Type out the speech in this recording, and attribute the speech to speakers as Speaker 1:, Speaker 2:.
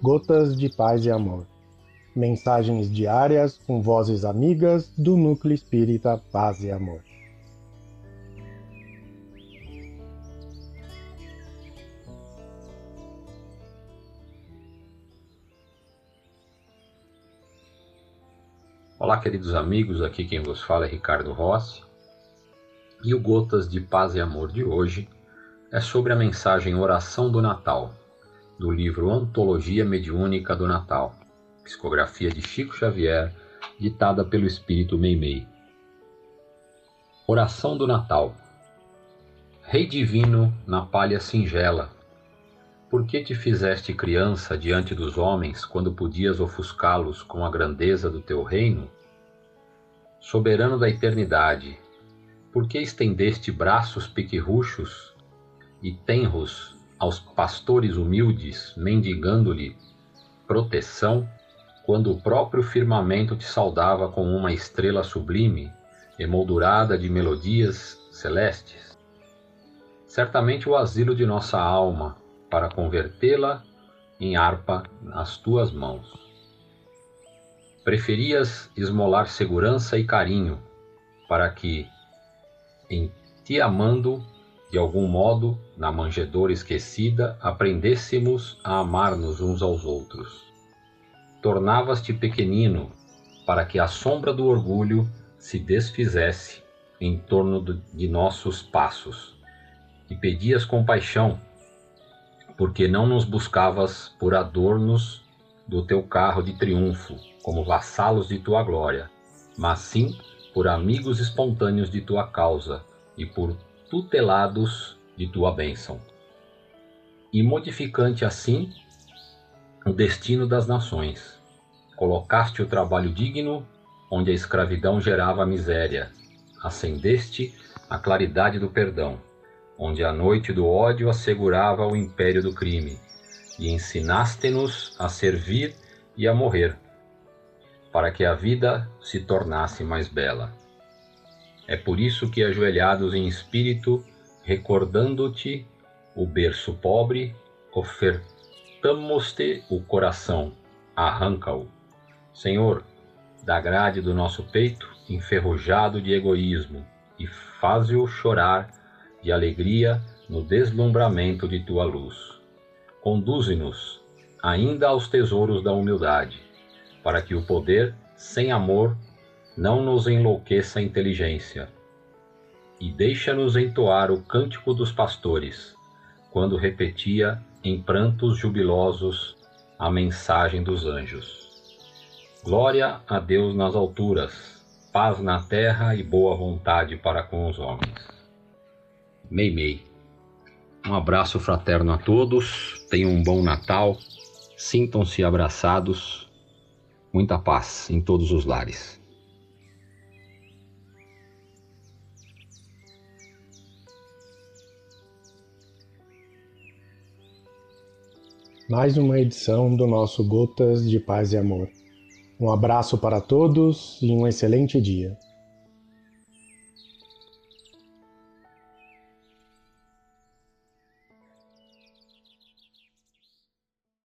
Speaker 1: Gotas de Paz e Amor. Mensagens diárias com vozes amigas do Núcleo Espírita Paz e Amor.
Speaker 2: Olá, queridos amigos, aqui quem vos fala é Ricardo Rossi, e o Gotas de Paz e Amor de hoje é sobre a mensagem Oração do Natal, do livro Antologia Mediúnica do Natal, psicografia de Chico Xavier, ditada pelo Espírito Meimei. Oração do Natal. Rei divino na palha singela, por que te fizeste criança diante dos homens quando podias ofuscá-los com a grandeza do teu reino? Soberano da eternidade, por que estendeste braços piquirruchos e tenros aos pastores humildes, mendigando-lhe proteção, quando o próprio firmamento te saudava com uma estrela sublime, emoldurada de melodias celestes? Certamente o asilo de nossa alma, para convertê-la em harpa nas tuas mãos. Preferias esmolar segurança e carinho, para que, em te amando, de algum modo, na manjedoura esquecida, aprendêssemos a amar-nos uns aos outros. Tornavas-te pequenino, para que a sombra do orgulho se desfizesse em torno de nossos passos, e pedias compaixão, porque não nos buscavas por adornos do teu carro de triunfo, como vassalos de tua glória, mas sim por amigos espontâneos de tua causa e por tutelados de tua bênção. E modificante assim o destino das nações, colocaste o trabalho digno onde a escravidão gerava a miséria, acendeste a claridade do perdão, onde a noite do ódio assegurava o império do crime, e ensinaste-nos a servir e a morrer, para que a vida se tornasse mais bela. É por isso que, ajoelhados em espírito, recordando-te o berço pobre, ofertamos-te o coração, arranca-o. Senhor, da grade do nosso peito, enferrujado de egoísmo, e faze-o chorar de alegria no deslumbramento de tua luz. Conduze-nos ainda aos tesouros da humildade, para que o poder sem amor não nos enlouqueça a inteligência. E deixa-nos entoar o cântico dos pastores, quando repetia em prantos jubilosos a mensagem dos anjos. Glória a Deus nas alturas, paz na terra e boa vontade para com os homens. Meimei. Um abraço fraterno a todos, tenham um bom Natal, sintam-se abraçados, muita paz em todos os lares.
Speaker 1: Mais uma edição do nosso Gotas de Paz e Amor. Um abraço para todos e um excelente dia.